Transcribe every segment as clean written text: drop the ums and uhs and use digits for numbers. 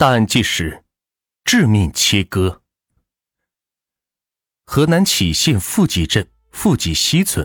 大案纪实：致命切割。河南杞县富集镇富集西村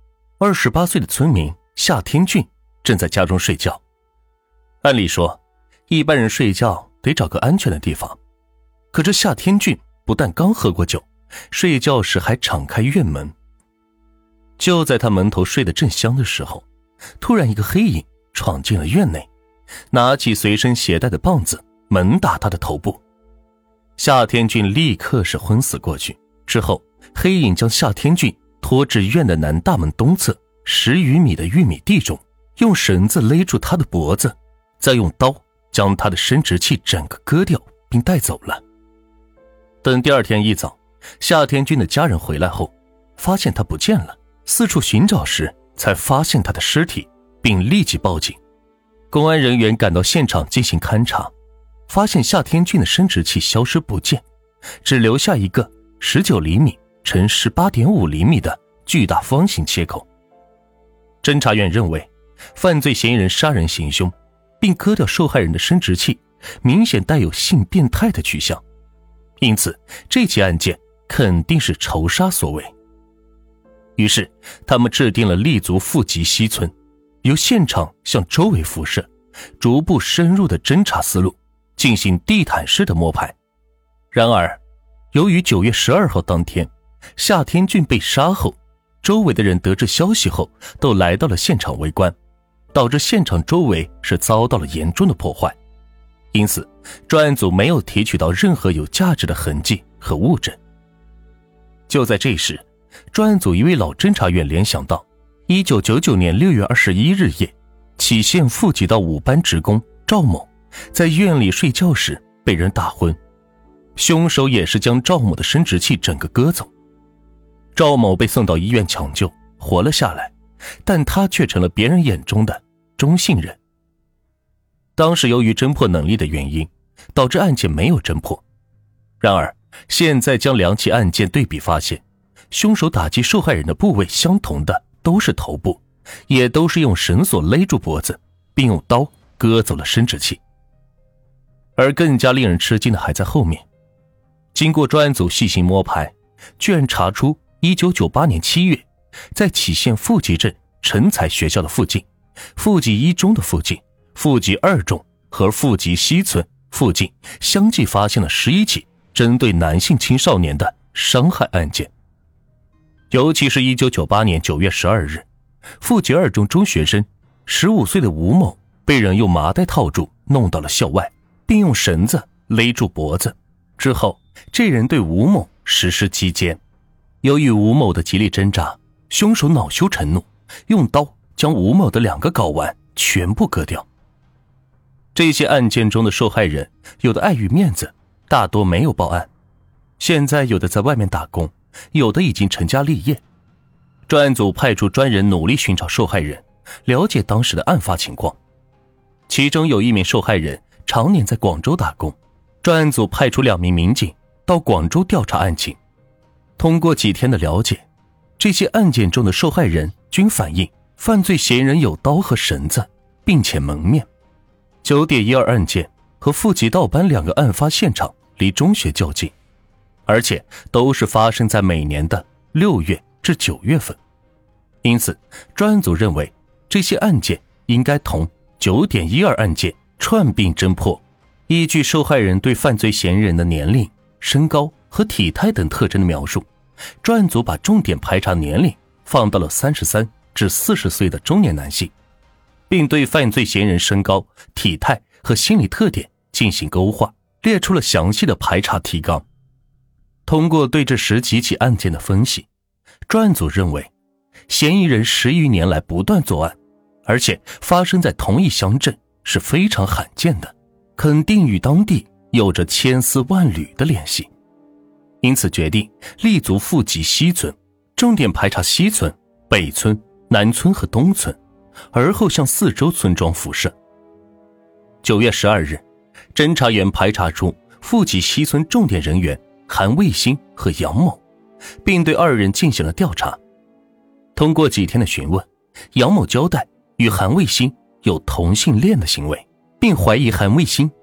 ，28岁的村民夏天俊正在家中睡觉。按理说，一般人睡觉得找个安全的地方，可这夏天俊不但刚喝过酒，睡觉时还敞开院门。就在他门头睡得正香的时候，突然一个黑影闯进了院内，拿起随身携带的棒子猛打他的头部。夏天俊立刻是昏死过去，之后黑影将夏天俊拖至院的南大门东侧10余米的玉米地中，用绳子勒住他的脖子，再用刀将他的生殖器整个割掉并带走了。等第二天一早，夏天俊的家人回来后，发现他不见了，四处寻找时才发现他的尸体，并立即报警。公安人员赶到现场进行勘查，发现夏天俊的生殖器消失不见，只留下一个19厘米乘18.5厘米的巨大方形切口。侦查院认为，犯罪嫌疑人杀人行凶并割掉受害人的生殖器，明显带有性变态的趋向，因此这起案件肯定是仇杀所为。于是他们制定了立足富集西村，由现场向周围辐射，逐步深入的侦查思路，进行地毯式的摸排。然而由于9月12号当天夏天俊被杀后，周围的人得知消息后都来到了现场围观，导致现场周围是遭到了严重的破坏，因此专案组没有提取到任何有价值的痕迹和物证。就在这时，专案组一位老侦查员联想到1999年6月21日夜，杞县富集道5班职工赵某在院里睡觉时被人打昏，凶手也是将赵某的生殖器整个割走。赵某被送到医院抢救，活了下来，但他却成了别人眼中的中性人。当时由于侦破能力的原因，导致案件没有侦破。然而现在将两起案件对比发现，凶手打击受害人的部位相同的都是头部，也都是用绳索勒住脖子，并用刀割走了生殖器。而更加令人吃惊的还在后面。经过专案组细心摸排，居然查出1998年7月，在杞县富集镇成才学校的附近、富集一中的附近、富集二中和富集西村附近相继发现了11起针对男性青少年的伤害案件。尤其是1998年9月12日，富集二中中学生15岁的吴某被人用麻袋套住弄到了校外，并用绳子勒住脖子，之后这人对吴某实施击奸。由于吴某的极力挣扎，凶手恼羞成怒，用刀将吴某的2个睾丸全部割掉。这些案件中的受害人，有的碍于面子，大多没有报案，现在有的在外面打工，有的已经成家立业。专案组派出专人努力寻找受害人，了解当时的案发情况。其中有一名受害人常年在广州打工，专案组派出2名民警到广州调查案情。通过几天的了解，这些案件中的受害人均反映犯罪嫌疑人有刀和绳子，并且蒙面。9.12案件和富集道班2个案发现场离中学较近，而且都是发生在每年的6月至9月份，因此专案组认为这些案件应该同9.12案件串并侦破。依据受害人对犯罪嫌疑人的年龄、身高和体态等特征的描述，专案组把重点排查年龄放到了33至40岁的中年男性，并对犯罪嫌疑人身高、体态和心理特点进行勾画，列出了详细的排查提纲。通过对这10几起案件的分析，专案组认为嫌疑人10余年来不断作案，而且发生在同一乡镇是非常罕见的，肯定与当地有着千丝万缕的联系。因此决定立足富集西村，重点排查西村、北村、南村和东村，而后向4周村庄辐射。9月12日，侦查员排查出富集西村重点人员韩卫星和杨某，并对2人进行了调查。通过几天的询问，杨某交代与韩卫星有同性恋的行为，并怀疑韩卫星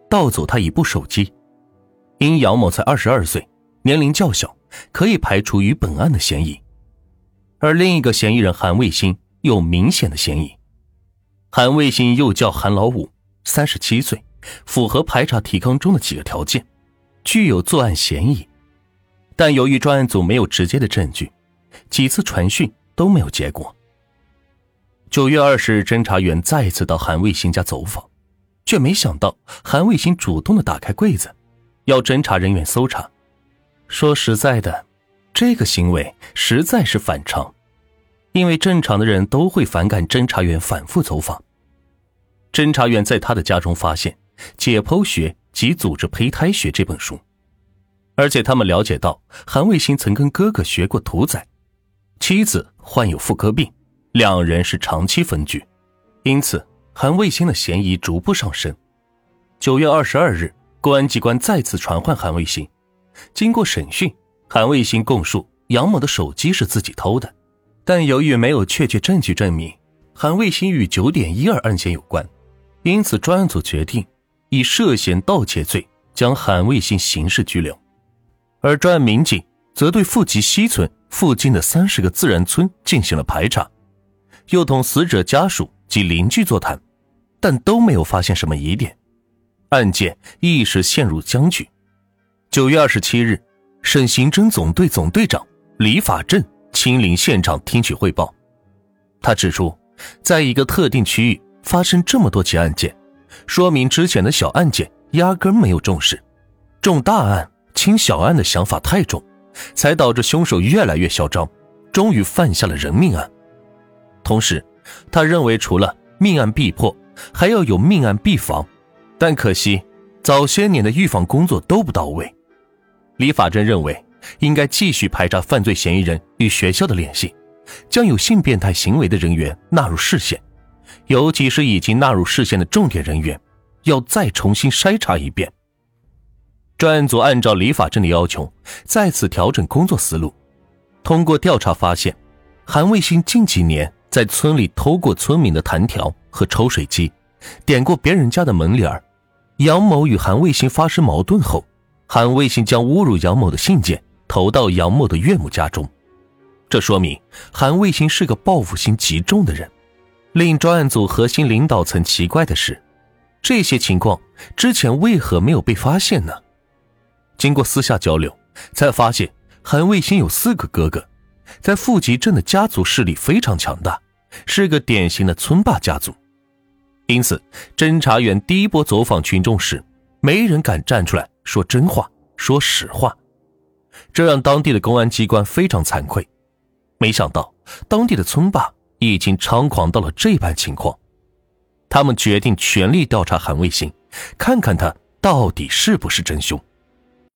盗走他一部手机。因杨某才22岁，年龄较小，可以排除与本案的嫌疑。而另一个嫌疑人韩卫星有明显的嫌疑。韩卫星又叫韩老五，37岁，符合排查提纲中的几个条件，具有作案嫌疑。但由于专案组没有直接的证据，几次传讯都没有结果。9月20日，侦查员再次到韩卫星家走访，却没想到韩卫星主动地打开柜子，要侦查人员搜查。说实在的，这个行为实在是反常，因为正常的人都会反感侦查员反复走访。侦查员在他的家中发现《解剖学及组织胚胎学》这本书，而且他们了解到韩卫星曾跟哥哥学过屠宰，妻子患有妇科病，两人是长期分居，因此韩卫星的嫌疑逐步上升。9月22日，公安机关再次传唤韩卫星。经过审讯，韩卫星供述杨某的手机是自己偷的，但由于没有确切证据证明韩卫星与9.12案件有关，因此专案组决定以涉嫌盗窃罪将韩卫星刑事拘留。而专案民警则对富集西村附近的30个自然村进行了排查，又同死者家属及邻居座谈，但都没有发现什么疑点，案件一时陷入僵局。9月27日，省刑侦总队总队长李法正亲临现场听取汇报。他指出，在一个特定区域发生这么多起案件，说明之前的小案件压根没有重视，重大案轻小案的想法太重，才导致凶手越来越嚣张，终于犯下了人命案。同时，他认为除了命案必破，还要有命案必防，但可惜早些年的预防工作都不到位。李法正认为应该继续排查犯罪嫌疑人与学校的联系，将有性变态行为的人员纳入视线，尤其是已经纳入视线的重点人员，要再重新筛查一遍。专案组按照李法正的要求，再次调整工作思路。通过调查发现，韩卫星近几年在村里偷过村民的弹条和抽水机，点过别人家的门帘。杨某与韩卫星发生矛盾后，韩卫星将侮辱杨某的信件投到杨某的岳母家中，这说明韩卫星是个报复心极重的人。令专案组核心领导层奇怪的是，这些情况之前为何没有被发现呢？经过私下交流，才发现韩卫星有4个哥哥，在富集镇的家族势力非常强大，是个典型的村霸家族。因此，侦查员第一波走访群众时，没人敢站出来说真话，说实话，这让当地的公安机关非常惭愧。没想到，当地的村霸已经猖狂到了这般情况。他们决定全力调查韩卫星，看看他到底是不是真凶。